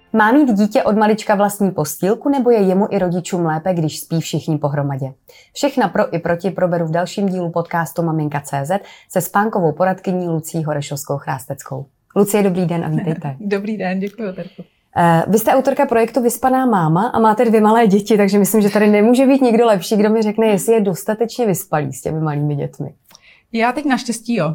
Má mít dítě od malička vlastní postýlku, nebo je jemu i rodičům lépe, když spí všichni pohromadě? Všechna pro i proti proberu v dalším dílu podcastu Maminka.cz se spánkovou poradkyní Lucí Horešovskou-Chrásteckou. Lucie, dobrý den a vítejte. Dobrý den, děkuji, Terko. Vy jste autorka projektu Vyspaná máma a máte 2 malé děti, takže myslím, že tady nemůže být nikdo lepší, kdo mi řekne, jestli je dostatečně vyspalý s těmi malými dětmi. Já teď naštěstí jo.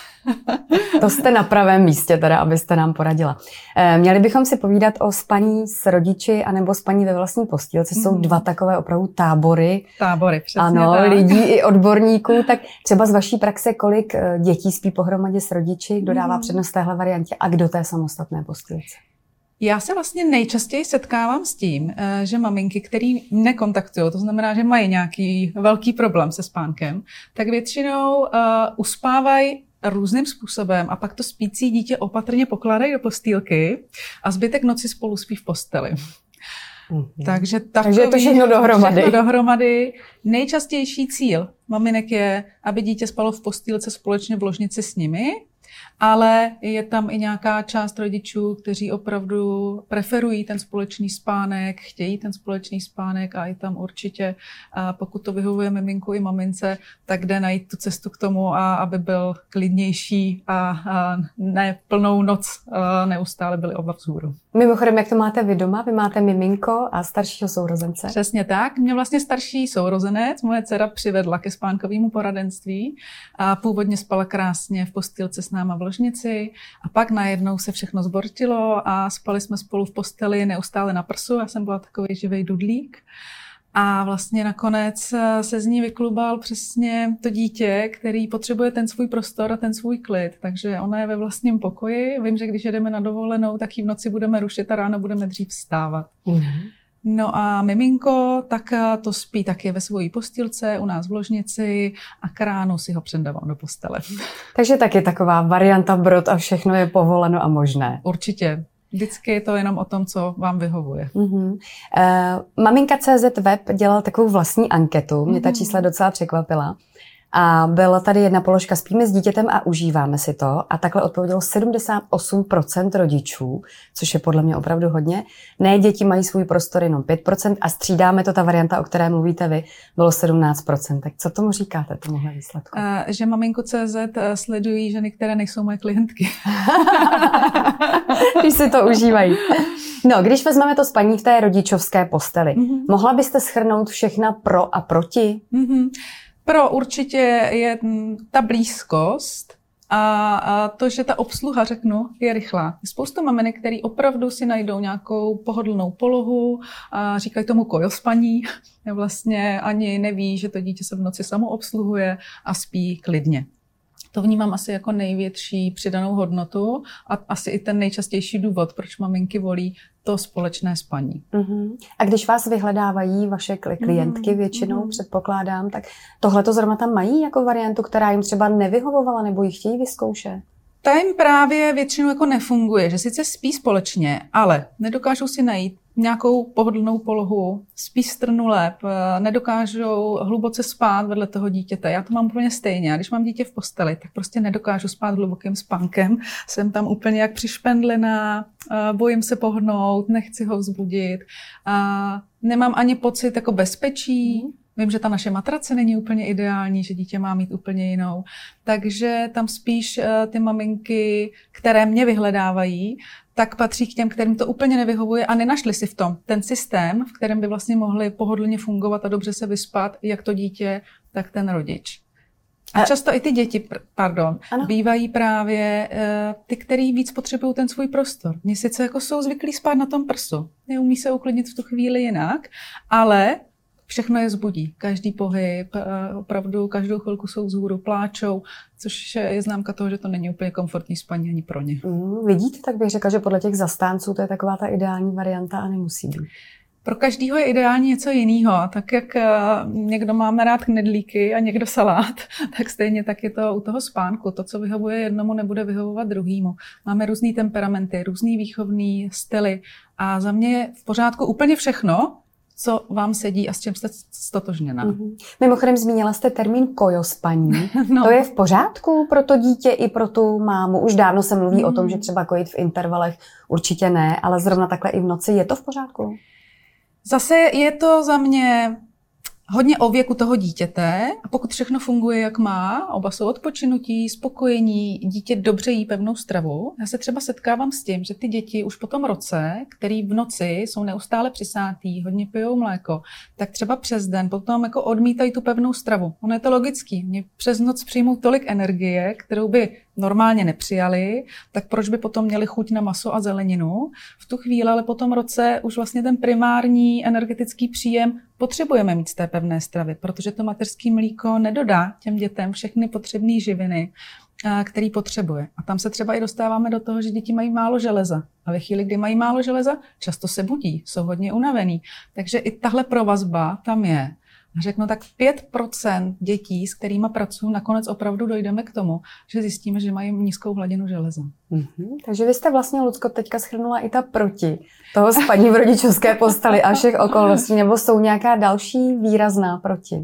To jste na pravém místě, teda, abyste nám poradila. Měli bychom si povídat o spaní s rodiči anebo spaní ve vlastní postýlce. Jsou 2 takové opravdu tábory. Tábory, přesně. Ano, tak. Lidí i odborníků. Tak třeba z vaší praxe, kolik dětí spí pohromadě s rodiči, kdo dává přednost téhle variantě a kdo té samostatné postýlce? Já se vlastně nejčastěji setkávám s tím, že maminky, který nekontaktují, to znamená, že mají nějaký velký problém se spánkem, tak většinou uspávají různým způsobem a pak to spící dítě opatrně pokládají do postýlky a zbytek noci spolu spí v posteli. Takže je to všechno dohromady. Nejčastější cíl maminek je, aby dítě spalo v postýlce společně v ložnici s nimi, ale je tam i nějaká část rodičů, kteří opravdu preferují ten společný spánek, chtějí ten společný spánek a i tam určitě, pokud to vyhovuje miminku i mamince, tak jde najít tu cestu k tomu, aby byl klidnější a ne plnou noc neustále byli oba vzhůru. Mimochodem, jak to máte vy doma? Vy máte miminko a staršího sourozence? Přesně tak. Mě vlastně starší sourozenec, moje dcera, přivedla ke spánkovému poradenství a původně spala krásně v postýlce s náma v ložnici a pak najednou se všechno zbortilo a spali jsme spolu v posteli neustále na prsu. Já jsem byla takový živej dudlík. A vlastně nakonec se z ní vyklubal přesně to dítě, který potřebuje ten svůj prostor a ten svůj klid. Takže ona je ve vlastním pokoji. Vím, že když jedeme na dovolenou, tak ji v noci budeme rušit a ráno budeme dřív vstávat. No a miminko, tak to spí taky ve svojí postýlce u nás v ložnici a k ránu si ho předávám do postele. Takže taky taková varianta brod a všechno je povoleno a možné. Určitě. Vždycky je to jenom o tom, co vám vyhovuje. Maminka.cz web dělal takovou vlastní anketu. Mě ta čísla docela překvapila. A byla tady jedna položka: spíme s dítětem a užíváme si to. A takhle odpovědělo 78% rodičů, což je podle mě opravdu hodně. Ne, děti mají svůj prostor jenom 5% a střídáme to, ta varianta, o které mluvíte vy, bylo 17%. Tak co tomu říkáte, tomuhle výsledku? Že Maminko.cz sledují ženy, které nejsou moje klientky. Když si to užívají. No, když vezmeme to spaní v té rodičovské posteli, mohla byste shrnout všechna pro a proti? Pro určitě je ta blízkost a to, že ta obsluha, řeknu, je rychlá. Je spoustu maminek, který opravdu si najdou nějakou pohodlnou polohu a říkají tomu kojospaní. Vlastně ani neví, že to dítě se v noci samo obsluhuje a spí klidně. To vnímám asi jako největší přidanou hodnotu a asi i ten nejčastější důvod, proč maminky volí to společné spaní. A když vás vyhledávají vaše klientky většinou, předpokládám, tak tohle to zrovna tam mají jako variantu, která jim třeba nevyhovovala nebo ji chtějí vyzkoušet? Ta jim právě většinou jako nefunguje, že sice spí společně, ale nedokážou si najít nějakou pohodlnou polohu, spí strnule, nedokážou hluboce spát vedle toho dítěte. Já to mám úplně stejně. A když mám dítě v posteli, tak prostě nedokážu spát hlubokým spánkem. Jsem tam úplně jak přišpendlená, bojím se pohnout, nechci ho vzbudit. A nemám ani pocit jako bezpečí. Vím, že ta naše matrace není úplně ideální, že dítě má mít úplně jinou. Takže tam spíš ty maminky, které mě vyhledávají, tak patří k těm, kterým to úplně nevyhovuje a nenašli si v tom ten systém, v kterém by vlastně mohli pohodlně fungovat a dobře se vyspat, jak to dítě, tak ten rodič. A často i ty děti, bývají právě ty, který víc potřebují ten svůj prostor. Oni sice jako jsou zvyklí spát na tom prsu, neumí se uklidnit v tu chvíli jinak, ale všechno je zbudí. Každý pohyb, opravdu každou chvilku jsou vzhůru, pláčou, což je známka toho, že to není úplně komfortní spaní ani pro ně. Vidíte, tak bych řekla, že podle těch zastánců to je taková ta ideální varianta a nemusí být. Pro každýho je ideální něco jiného. Tak jak někdo máme rád knedlíky a někdo salát, tak stejně tak je to u toho spánku. To, co vyhovuje jednomu, nebude vyhovovat druhému. Máme různý temperamenty, různý výchovný styly a za mě je v pořádku úplně všechno, co vám sedí a s čím jste stotožněná. Mimochodem zmínila jste termín kojospaní. No. To je v pořádku pro to dítě i pro tu mámu? Už dávno se mluví o tom, že třeba kojit v intervalech určitě ne, ale zrovna takhle i v noci je to v pořádku? Zase je to za mě hodně o věku toho dítěte a pokud všechno funguje, jak má, oba jsou odpočinutí, spokojení, dítě dobře jí pevnou stravu. Já se třeba setkávám s tím, že ty děti už po tom roce, který v noci jsou neustále přisátý, hodně pijou mléko, tak třeba přes den potom jako odmítají tu pevnou stravu. Ono je to logický. Oni přes noc přijmou tolik energie, kterou by normálně nepřijali, tak proč by potom měli chuť na maso a zeleninu? V tu chvíli, ale po tom roce už vlastně ten primární energetický příjem potřebujeme mít z té pevné stravy, protože to mateřské mlíko nedodá těm dětem všechny potřebné živiny, který potřebuje. A tam se třeba i dostáváme do toho, že děti mají málo železa. A ve chvíli, kdy mají málo železa, často se budí, jsou hodně unavený. Takže i tahle provazba tam je. Řeknu tak 5% dětí, s kterými pracuji, nakonec opravdu dojdeme k tomu, že zjistíme, že mají nízkou hladinu železa. Takže vy jste vlastně, Lucko, teďka shrnula i ta proti toho spaní v rodičovské posteli a všech okolností, nebo jsou nějaká další výrazná proti?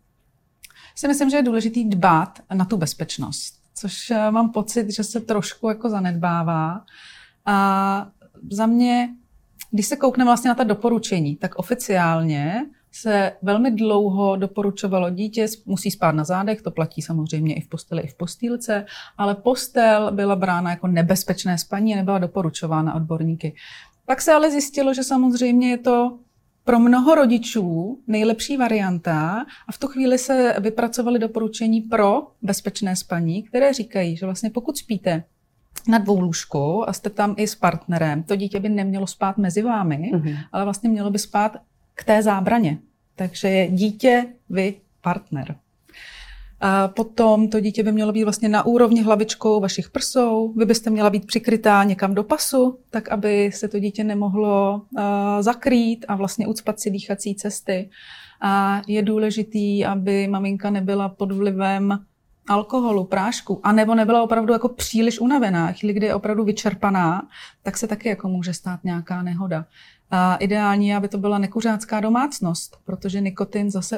Si myslím, že je důležitý dbát na tu bezpečnost, což mám pocit, že se trošku jako zanedbává. A za mě, když se koukneme vlastně na ta doporučení, tak oficiálně se velmi dlouho doporučovalo, dítě musí spát na zádech, to platí samozřejmě i v posteli, i v postýlce, ale postel byla brána jako nebezpečné spaní a nebyla doporučována odborníky. Pak se ale zjistilo, že samozřejmě je to pro mnoho rodičů nejlepší varianta a v tu chvíli se vypracovaly doporučení pro bezpečné spaní, které říkají, že vlastně pokud spíte na dvoulůžku a jste tam i s partnerem, to dítě by nemělo spát mezi vámi, ale vlastně mělo by spát k té zábraně. Takže je dítě, vy, partner. A potom to dítě by mělo být vlastně na úrovni hlavičkou vašich prsou. Vy byste měla být přikrytá někam do pasu, tak aby se to dítě nemohlo zakrýt a vlastně ucpat si dýchací cesty. A je důležitý, aby maminka nebyla pod vlivem alkoholu, prášku, anebo nebyla opravdu jako příliš unavená. Chvíli, kdy je opravdu vyčerpaná, tak se taky jako může stát nějaká nehoda. A ideální je, aby to byla nekuřácká domácnost, protože nikotin zase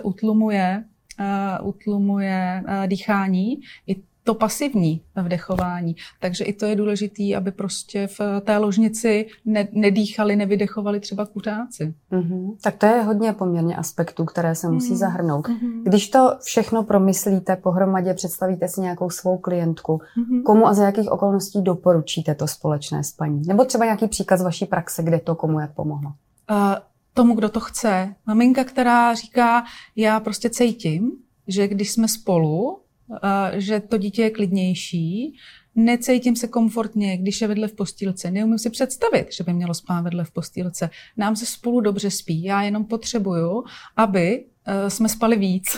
utlumuje dýchání, i to pasivní vdechování. Takže i to je důležitý, aby prostě v té ložnici nedýchali, nevydechovali třeba kuřáci. Tak to je hodně poměrně aspektů, které se musí zahrnout. Když to všechno promyslíte pohromadě, představíte si nějakou svou klientku, komu a za jakých okolností doporučíte to společné spaní? Nebo třeba nějaký příklad z vaší praxe, kde to komu jak pomohlo? Tomu, kdo to chce. Maminka, která říká, já prostě cítím, že když jsme spolu, že to dítě je klidnější, necítím se komfortně, když je vedle v postýlce. Neumím si představit, že by mělo spát vedle v postýlce. Nám se spolu dobře spí. Já jenom potřebuju, aby jsme spali víc.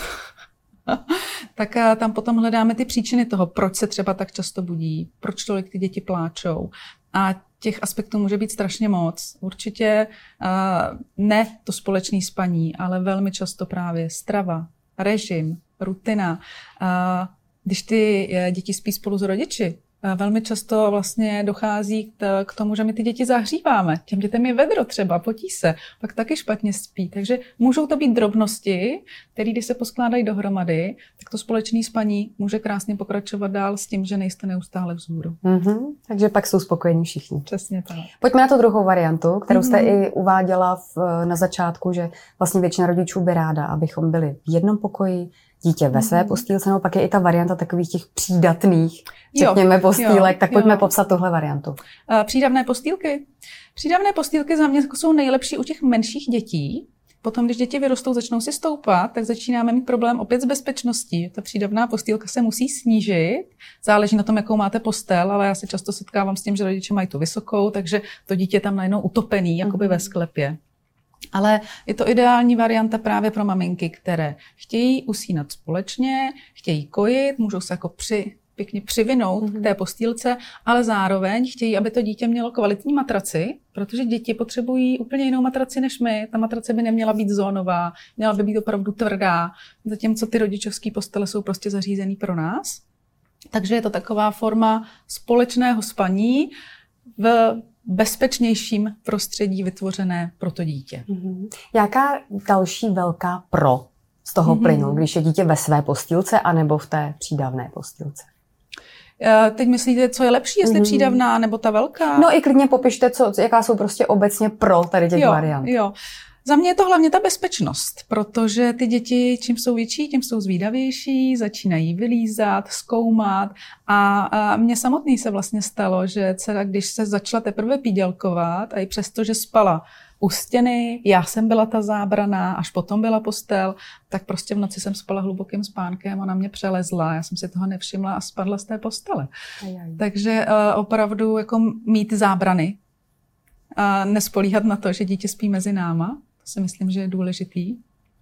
Tak tam potom hledáme ty příčiny toho, proč se třeba tak často budí, proč tolik ty děti pláčou. A těch aspektů může být strašně moc. Určitě ne to společné spaní, ale velmi často právě strava, režim, rutina. Když ty děti spí spolu s rodiči, velmi často vlastně dochází k tomu, že my ty děti zahříváme. Těm dětem je vedro třeba, potí se, pak taky špatně spí. Takže můžou to být drobnosti, které když se poskládají dohromady, tak to společné spaní může krásně pokračovat dál s tím, že nejste neustále vzhůru. Takže pak jsou spokojení všichni. Přesně tak. Pojďme na tu druhou variantu, kterou jste i uváděla na začátku, že vlastně většina rodičů by ráda, abychom byli v jednom pokoji, dítě ve své postýlce, no pak je i ta varianta takových těch přídatných, řekněme, postýlek, tak pojďme popsat tuhle variantu. Přídavné postýlky? Přídavné postýlky za mě jsou nejlepší u těch menších dětí. Potom, když děti vyrostou, začnou si stoupat, tak začínáme mít problém opět s bezpečností. Ta přídavná postýlka se musí snížit, záleží na tom, jakou máte postel, ale já se často setkávám s tím, že rodiče mají tu vysokou, takže to dítě je tam najednou utopený, jakoby ve sklepě. Ale je to ideální varianta právě pro maminky, které chtějí usínat společně, chtějí kojit, můžou se jako pěkně přivinout k té postýlce, ale zároveň chtějí, aby to dítě mělo kvalitní matraci, protože děti potřebují úplně jinou matraci než my. Ta matrace by neměla být zónová, měla by být opravdu tvrdá, zatímco ty rodičovské postele jsou prostě zařízený pro nás. Takže je to taková forma společného spaní. v bezpečnějším prostředí vytvořené pro to dítě. Jaká další velká pro z toho plynu, když je dítě ve své postýlce anebo v té přídavné postýlce? Teď myslíte, co je lepší, jestli přídavná nebo ta velká? No i klidně popište, jaká jsou prostě obecně pro tady těch variant. Jo. Za mě je to hlavně ta bezpečnost, protože ty děti, čím jsou větší, tím jsou zvídavější, začínají vylízat, zkoumat a mně samotný se vlastně stalo, že dcera, když se začala teprve pídělkovat a i přesto, že spala u stěny, já jsem byla ta zábrana, až potom byla postel, tak prostě v noci jsem spala hlubokým spánkem, ona mě přelezla, já jsem si toho nevšimla a spadla z té postele. Takže opravdu jako mít zábrany a nespolíhat na to, že dítě spí mezi náma, to si myslím, že je důležitý.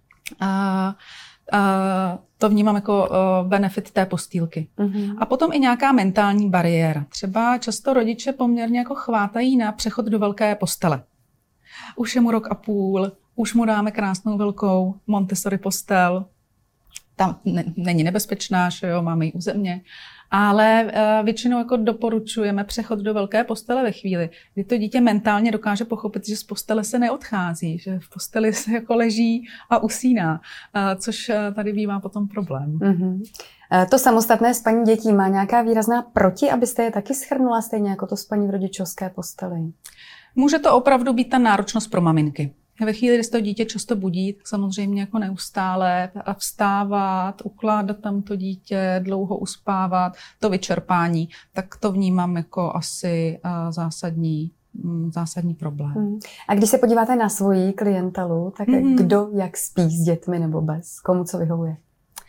To vnímám jako benefit té postýlky. A potom i nějaká mentální bariéra. Třeba často rodiče poměrně jako chvátají na přechod do velké postele. Už je mu 1,5 roku, už mu dáme krásnou velkou Montessori postel. Tam není nebezpečná, že jo, máme ji u země. Ale většinou jako doporučujeme přechod do velké postele ve chvíli, kdy to dítě mentálně dokáže pochopit, že z postele se neodchází, že v posteli se jako leží a usíná, což tady bývá potom problém. To samostatné spaní dětí má nějaká výrazná proti, abyste je taky shrnula, stejně jako to spaní v rodičovské posteli? Může to opravdu být ta náročnost pro maminky. Ve chvíli, kdy se to dítě často budí, tak samozřejmě jako neustále a vstávat, ukládat tam to dítě, dlouho uspávat, to vyčerpání, tak to vnímám jako asi zásadní problém. A když se podíváte na svoji klientelu, tak kdo jak spí s dětmi nebo bez? Komu co vyhovuje?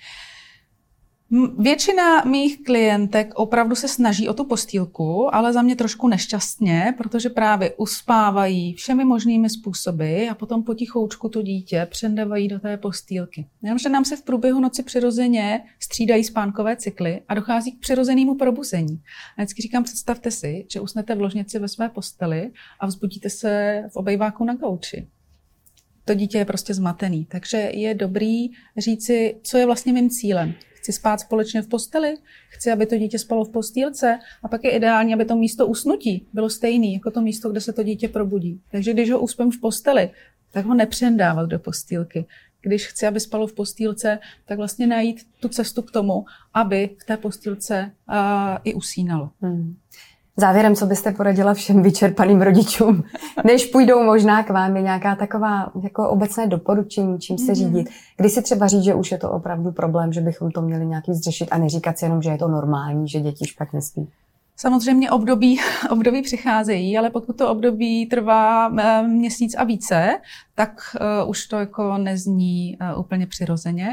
Většina mých klientek opravdu se snaží o tu postýlku, ale za mě trošku nešťastně, protože právě uspávají všemi možnými způsoby a potom potichoučku to dítě přendávají do té postýlky. Jenomže nám se v průběhu noci přirozeně střídají spánkové cykly a dochází k přirozenému probuzení. A vždycky říkám, představte si, že usnete v ložnici ve své posteli a vzbudíte se v obejváku na gauči. To dítě je prostě zmatený, takže je dobrý říci, co je vlastně mým cílem. Chci spát společně v posteli, chci, aby to dítě spalo v postýlce a pak je ideální, aby to místo usnutí bylo stejné jako to místo, kde se to dítě probudí. Takže když ho uspím v posteli, tak ho nepřendávat do postýlky. Když chci, aby spalo v postýlce, tak vlastně najít tu cestu k tomu, aby v té postýlce i usínalo. Závěrem, co byste poradila všem vyčerpaným rodičům, než půjdou možná k vám, je nějaká taková jako obecné doporučení, čím se řídit. Kdy si třeba říct, že už je to opravdu problém, že bychom to měli nějak zřešit a neříkat si jenom, že je to normální, že děti špatně spí. Samozřejmě období přicházejí, ale pokud to období trvá měsíc a více, tak už to jako nezní úplně přirozeně.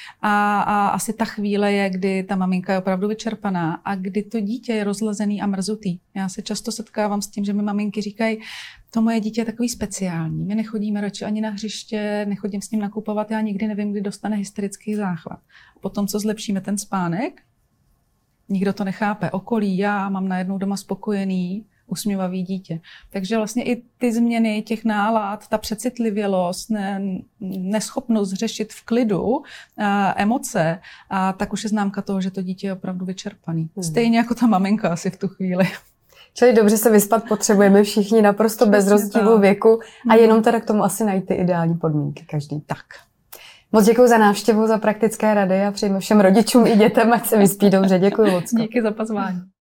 A asi ta chvíle je, kdy ta maminka je opravdu vyčerpaná a kdy to dítě je rozlezený a mrzutý. Já se často setkávám s tím, že mi maminky říkají, to moje dítě je takový speciální, my nechodíme radši ani na hřiště, nechodím s ním nakupovat, já nikdy nevím, kdy dostane hysterický záchvat. Potom, co zlepšíme ten spánek, nikdo to nechápe. Okolí, já mám najednou doma spokojený, usměvavý dítě. Takže vlastně i ty změny těch nálad, ta přecitlivělost, neschopnost řešit v klidu emoce, tak už je známka toho, že to dítě je opravdu vyčerpaný. Stejně jako ta maminka asi v tu chvíli. Čili dobře se vyspat potřebujeme všichni naprosto bez rozdílu věku a jenom teda k tomu asi najít ty ideální podmínky každý. Tak. Moc děkuji za návštěvu, za praktické rady a přeji všem rodičům i dětem, ať se vyspí dobře. Děkuji moc. Díky za pozvání.